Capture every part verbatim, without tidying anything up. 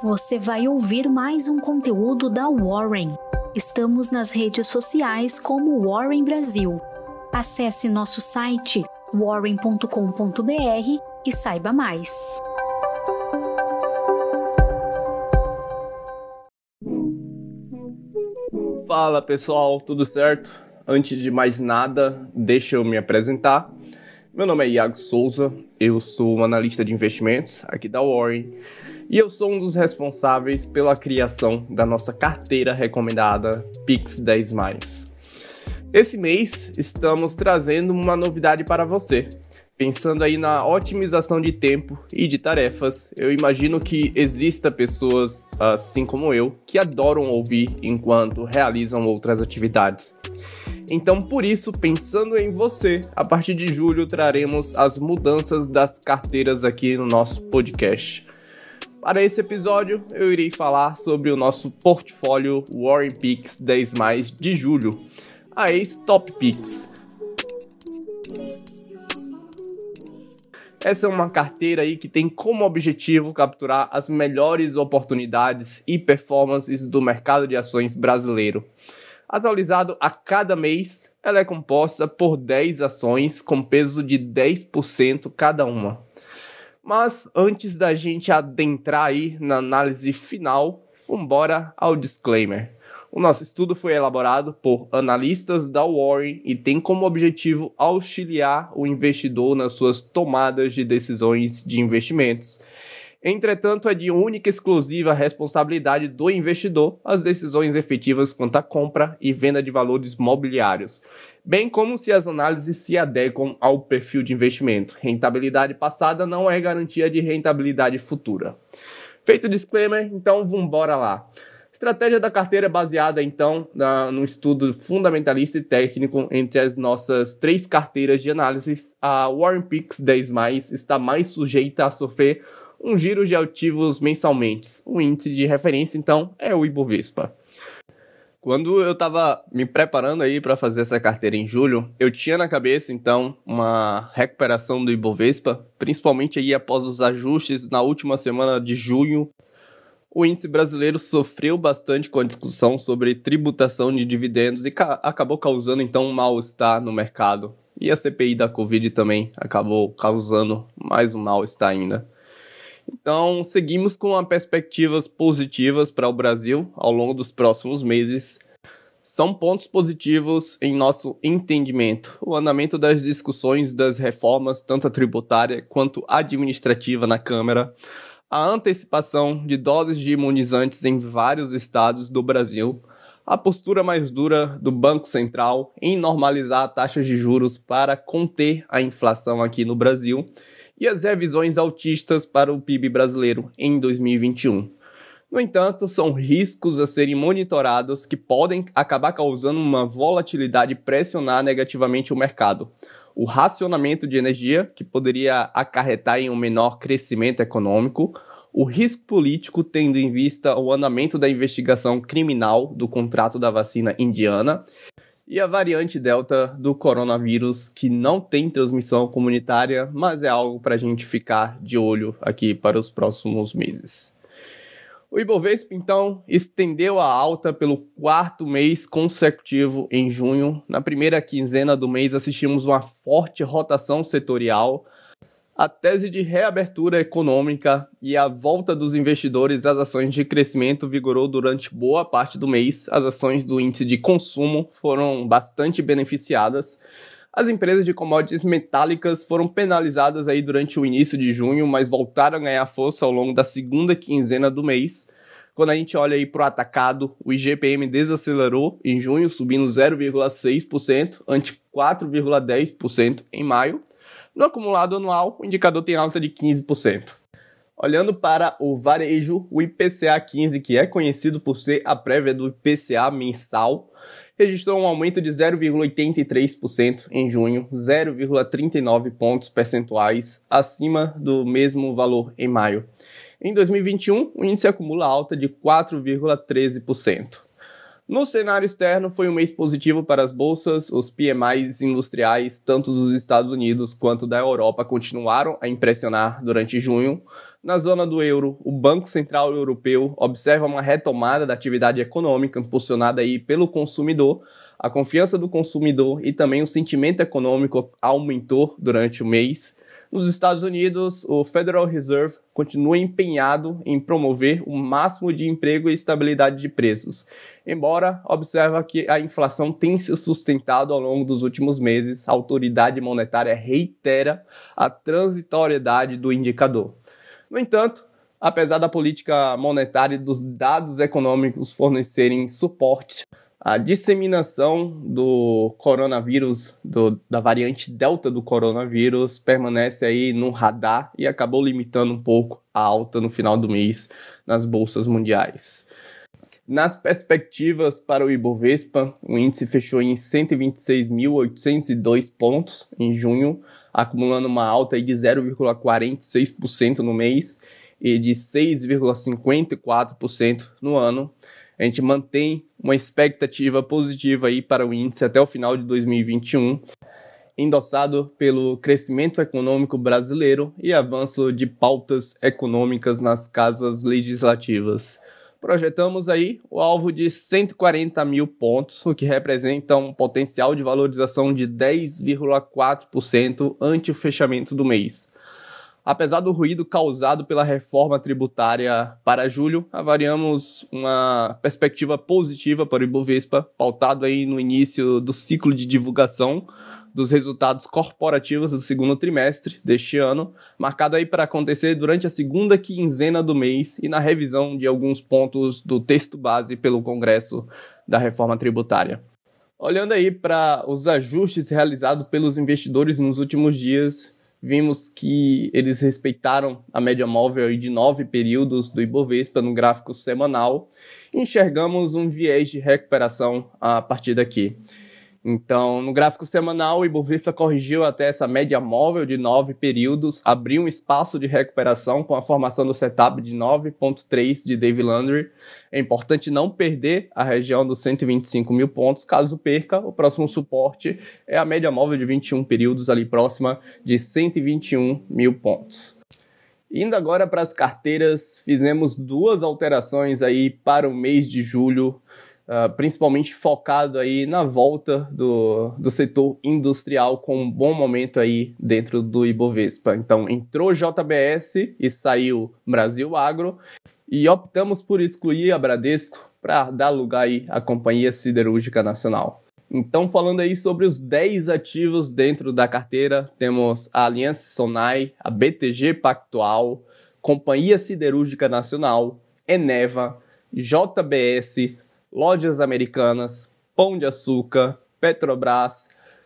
você vai ouvir mais um conteúdo da Warren. Estamos nas redes sociais como Warren Brasil. Acesse nosso site warren ponto com ponto b r e saiba mais. Fala pessoal, tudo certo? Antes de mais nada, deixa eu me apresentar. Meu nome é Iago Souza, eu sou um analista de investimentos aqui da Warren e eu sou um dos responsáveis pela criação da nossa carteira recomendada Pix dez mais. Esse mês estamos trazendo uma novidade para você. Pensando aí na otimização de tempo e de tarefas, eu imagino que exista pessoas, assim como eu, que adoram ouvir enquanto realizam outras atividades. Então, por isso, pensando em você, a partir de julho traremos as mudanças das carteiras aqui no nosso podcast. Para esse episódio, eu irei falar sobre o nosso portfólio Warren Pix dez mais de julho, a ex-Top Pix. Essa é uma carteira aí que tem como objetivo capturar as melhores oportunidades e performances do mercado de ações brasileiro. Atualizado a cada mês, ela é composta por dez ações com peso de dez por cento cada uma. Mas antes da gente adentrar aí na análise final, vambora ao disclaimer. O nosso estudo foi elaborado por analistas da Warren e tem como objetivo auxiliar o investidor nas suas tomadas de decisões de investimentos. Entretanto, é de única e exclusiva responsabilidade do investidor as decisões efetivas quanto à compra e venda de valores mobiliários, bem como se as análises se adequam ao perfil de investimento. Rentabilidade passada não é garantia de rentabilidade futura. Feito o disclaimer, então vambora lá. A estratégia da carteira é baseada, então, na, num estudo fundamentalista e técnico entre as nossas três carteiras de análises. A Warren Pix dez mais está mais sujeita a sofrer um giro de ativos mensalmente. O índice de referência, então, é o Ibovespa. Quando eu estava me preparando aí para fazer essa carteira em julho, eu tinha na cabeça, então, uma recuperação do Ibovespa, principalmente aí após os ajustes na última semana de junho. O índice brasileiro sofreu bastante com a discussão sobre tributação de dividendos e ca- acabou causando, então, um mal-estar no mercado. E a C P I da Covid também acabou causando mais um mal-estar ainda. Então, seguimos com perspectivas positivas para o Brasil ao longo dos próximos meses. São pontos positivos em nosso entendimento. O andamento das discussões das reformas, tanto a tributária quanto administrativa na Câmara, a antecipação de doses de imunizantes em vários estados do Brasil, a postura mais dura do Banco Central em normalizar taxas de juros para conter a inflação aqui no Brasil, e as revisões altistas para o P I B brasileiro em dois mil e vinte e um. No entanto, são riscos a serem monitorados que podem acabar causando uma volatilidade e pressionar negativamente o mercado. O racionamento de energia, que poderia acarretar em um menor crescimento econômico, o risco político, tendo em vista o andamento da investigação criminal do contrato da vacina indiana, e a variante Delta do coronavírus, que não tem transmissão comunitária, mas é algo para a gente ficar de olho aqui para os próximos meses. O Ibovespa, então, estendeu a alta pelo quarto mês consecutivo em junho. Na primeira quinzena do mês, assistimos uma forte rotação setorial. A tese de reabertura econômica e a volta dos investidores às ações de crescimento vigorou durante boa parte do mês. As ações do índice de consumo foram bastante beneficiadas. As empresas de commodities metálicas foram penalizadas aí durante o início de junho, mas voltaram a ganhar força ao longo da segunda quinzena do mês. Quando a gente olha aí para o atacado, o I G P M desacelerou em junho, subindo zero vírgula seis por cento, ante quatro vírgula dez por cento em maio. No acumulado anual, o indicador tem alta de quinze por cento. Olhando para o varejo, o I P C A quinze, que é conhecido por ser a prévia do I P C A mensal, registrou um aumento de zero vírgula oitenta e três por cento em junho, zero vírgula trinta e nove pontos percentuais acima do mesmo valor em maio. Em dois mil e vinte e um, o índice acumula alta de quatro vírgula treze por cento. No cenário externo, foi um mês positivo para as bolsas. Os P M Is industriais, tanto dos Estados Unidos quanto da Europa, continuaram a impressionar durante junho. Na zona do euro, o Banco Central Europeu observa uma retomada da atividade econômica impulsionada aí pelo consumidor. A confiança do consumidor e também o sentimento econômico aumentou durante o mês. Nos Estados Unidos, o Federal Reserve continua empenhado em promover o máximo de emprego e estabilidade de preços, embora observa que a inflação tem se sustentado ao longo dos últimos meses. A autoridade monetária reitera a transitoriedade do indicador. No entanto, apesar da política monetária e dos dados econômicos fornecerem suporte, a disseminação do coronavírus, do, da variante Delta do coronavírus, permanece aí no radar e acabou limitando um pouco a alta no final do mês nas bolsas mundiais. Nas perspectivas para o Ibovespa, o índice fechou em cento e vinte e seis mil oitocentos e dois pontos em junho, acumulando uma alta aí de zero vírgula quarenta e seis por cento no mês e de seis vírgula cinquenta e quatro por cento no ano. A gente mantém uma expectativa positiva aí para o índice até o final de dois mil e vinte e um, endossado pelo crescimento econômico brasileiro e avanço de pautas econômicas nas casas legislativas. Projetamos aí o alvo de cento e quarenta mil pontos, o que representa um potencial de valorização de dez vírgula quatro por cento ante o fechamento do mês. Apesar do ruído causado pela reforma tributária para julho, avaliamos uma perspectiva positiva para o Ibovespa, pautado aí no início do ciclo de divulgação dos resultados corporativos do segundo trimestre deste ano, marcado aí para acontecer durante a segunda quinzena do mês e na revisão de alguns pontos do texto base pelo Congresso da reforma tributária. Olhando aí para os ajustes realizados pelos investidores nos últimos dias, vimos que eles respeitaram a média móvel de nove períodos do Ibovespa no gráfico semanal e enxergamos um viés de recuperação a partir daqui. Então, no gráfico semanal, o Ibovespa corrigiu até essa média móvel de nove períodos, abriu um espaço de recuperação com a formação do setup de nove vírgula três de Dave Landry. É importante não perder a região dos cento e vinte e cinco mil pontos. Caso perca, o próximo suporte é a média móvel de vinte e um períodos, ali próxima de cento e vinte e um mil pontos. Indo agora para as carteiras, fizemos duas alterações aí para o mês de julho, Uh, principalmente focado aí na volta do, do setor industrial com um bom momento aí dentro do Ibovespa. Então entrou J B S e saiu Brasil Agro e optamos por excluir a Bradesco para dar lugar aí à Companhia Siderúrgica Nacional. Então, falando aí sobre os dez ativos dentro da carteira, temos a Aliança Sonai, a B T G Pactual, Companhia Siderúrgica Nacional, Eneva, J B S, Lojas Americanas, Pão de Açúcar, Petrobras,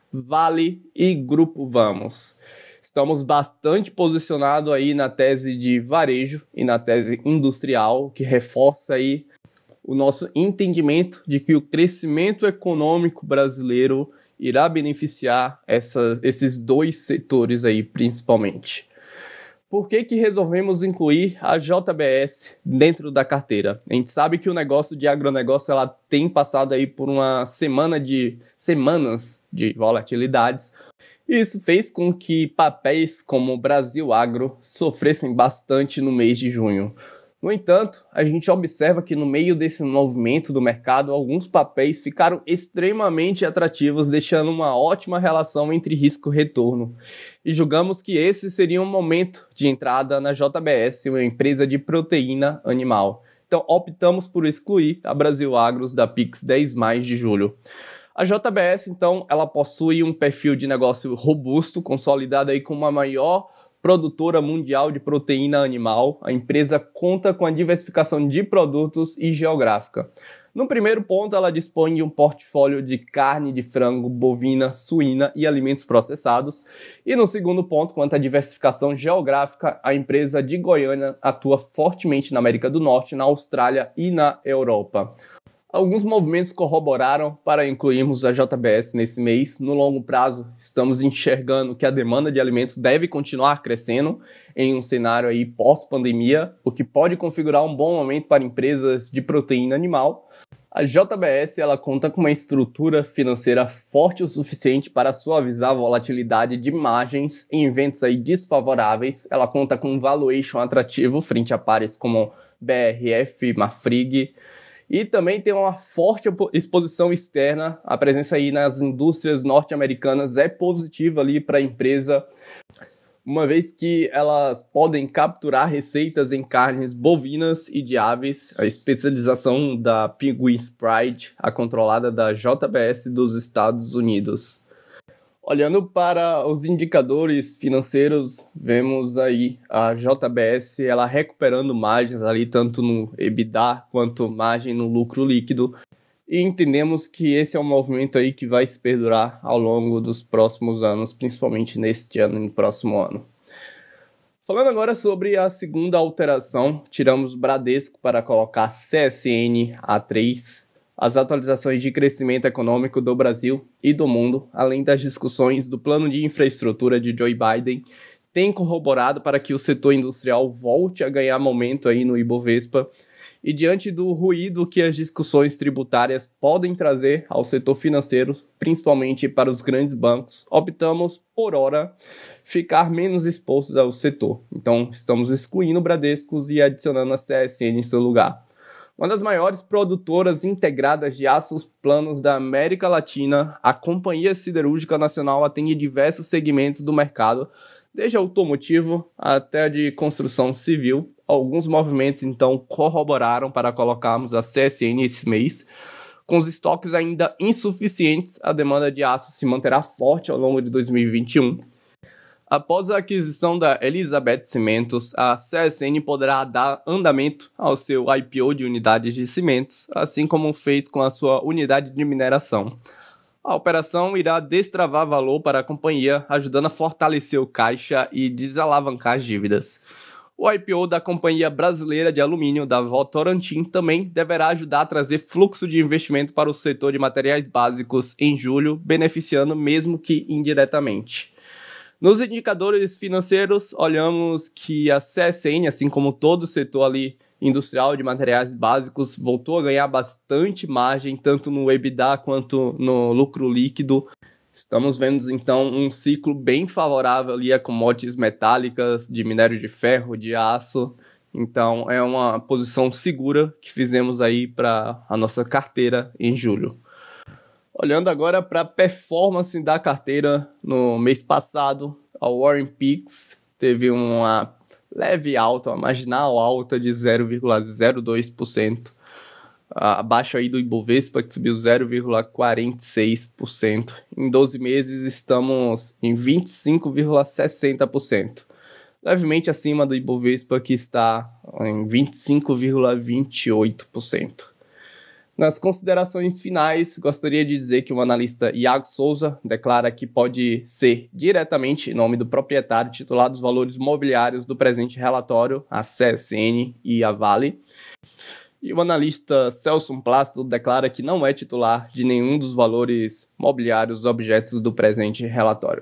Vale e Grupo Vamos. Estamos bastante posicionados aí na tese de varejo e na tese industrial, que reforça aí o nosso entendimento de que o crescimento econômico brasileiro irá beneficiar essa, esses dois setores aí principalmente. Por que que resolvemos incluir a J B S dentro da carteira? A gente sabe que o negócio de agronegócio ela tem passado aí por uma semana de semanas de volatilidades. E isso fez com que papéis como Brasil Agro sofressem bastante no mês de junho. No entanto, a gente observa que no meio desse movimento do mercado, alguns papéis ficaram extremamente atrativos, deixando uma ótima relação entre risco e retorno. E julgamos que esse seria um momento de entrada na J B S, uma empresa de proteína animal. Então, optamos por excluir a Brasil Agros da Pix dez mais de julho. A J B S, então, ela possui um perfil de negócio robusto, consolidado aí com uma maior produtora mundial de proteína animal. A empresa conta com a diversificação de produtos e geográfica. No primeiro ponto, ela dispõe de um portfólio de carne de frango, bovina, suína e alimentos processados. E no segundo ponto, quanto à diversificação geográfica, a empresa de Goiânia atua fortemente na América do Norte, na Austrália e na Europa. Alguns movimentos corroboraram para incluirmos a J B S nesse mês. No longo prazo, estamos enxergando que a demanda de alimentos deve continuar crescendo em um cenário aí pós-pandemia, o que pode configurar um bom momento para empresas de proteína animal. A J B S ela conta com uma estrutura financeira forte o suficiente para suavizar a volatilidade de margens em eventos aí desfavoráveis. Ela conta com um valuation atrativo frente a pares como B R F, Marfrig, e também tem uma forte exposição externa. A presença aí nas indústrias norte-americanas é positiva ali para a empresa, uma vez que elas podem capturar receitas em carnes bovinas e de aves. A especialização da Penguins Pride, a controlada da J B S dos Estados Unidos. Olhando para os indicadores financeiros, vemos aí a J B S ela recuperando margens ali tanto no EBITDA quanto margem no lucro líquido. E entendemos que esse é um movimento aí que vai se perdurar ao longo dos próximos anos, principalmente neste ano e no próximo ano. Falando agora sobre a segunda alteração, tiramos Bradesco para colocar C S N A três. As atualizações de crescimento econômico do Brasil e do mundo, além das discussões do plano de infraestrutura de Joe Biden, têm corroborado para que o setor industrial volte a ganhar momento aí no Ibovespa. E diante do ruído que as discussões tributárias podem trazer ao setor financeiro, principalmente para os grandes bancos, optamos, por hora, ficar menos expostos ao setor. Então, estamos excluindo Bradescos e adicionando a C S N em seu lugar. Uma das maiores produtoras integradas de aços planos da América Latina, a Companhia Siderúrgica Nacional atende diversos segmentos do mercado, desde automotivo até de construção civil. Alguns movimentos, então, corroboraram para colocarmos a C S N esse mês. Com os estoques ainda insuficientes, a demanda de aço se manterá forte ao longo de dois mil e vinte e um. Após a aquisição da Elizabeth Cimentos, a C S N poderá dar andamento ao seu I P O de unidades de cimentos, assim como fez com a sua unidade de mineração. A operação irá destravar valor para a companhia, ajudando a fortalecer o caixa e desalavancar as dívidas. O I P O da Companhia Brasileira de Alumínio, da Votorantim, também deverá ajudar a trazer fluxo de investimento para o setor de materiais básicos em julho, beneficiando mesmo que indiretamente. Nos indicadores financeiros, olhamos que a C S N, assim como todo o setor ali industrial de materiais básicos, voltou a ganhar bastante margem, tanto no EBITDA quanto no lucro líquido. Estamos vendo, então, um ciclo bem favorável ali a commodities metálicas, de minério de ferro, de aço. Então, é uma posição segura que fizemos aí para a nossa carteira em julho. Olhando agora para a performance da carteira no mês passado, a Warren Peaks teve uma leve alta, uma marginal alta de zero vírgula zero dois por cento, abaixo aí do Ibovespa, que subiu zero vírgula quarenta e seis por cento. Em doze meses estamos em vinte e cinco vírgula sessenta por cento, levemente acima do Ibovespa, que está em vinte e cinco vírgula vinte e oito por cento. Nas considerações finais, gostaria de dizer que o analista Iago Souza declara que pode ser diretamente em nome do proprietário titular dos valores mobiliários do presente relatório, a C S N e a Vale. E o analista Celso Plácido declara que não é titular de nenhum dos valores mobiliários objetos do presente relatório.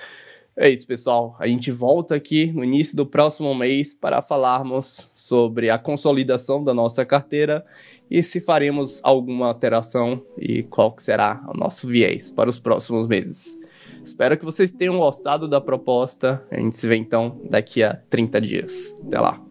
É isso, pessoal. A gente volta aqui no início do próximo mês para falarmos sobre a consolidação da nossa carteira e se faremos alguma alteração e qual que será o nosso viés para os próximos meses. Espero que vocês tenham gostado da proposta. A gente se vê então daqui a trinta dias. Até lá.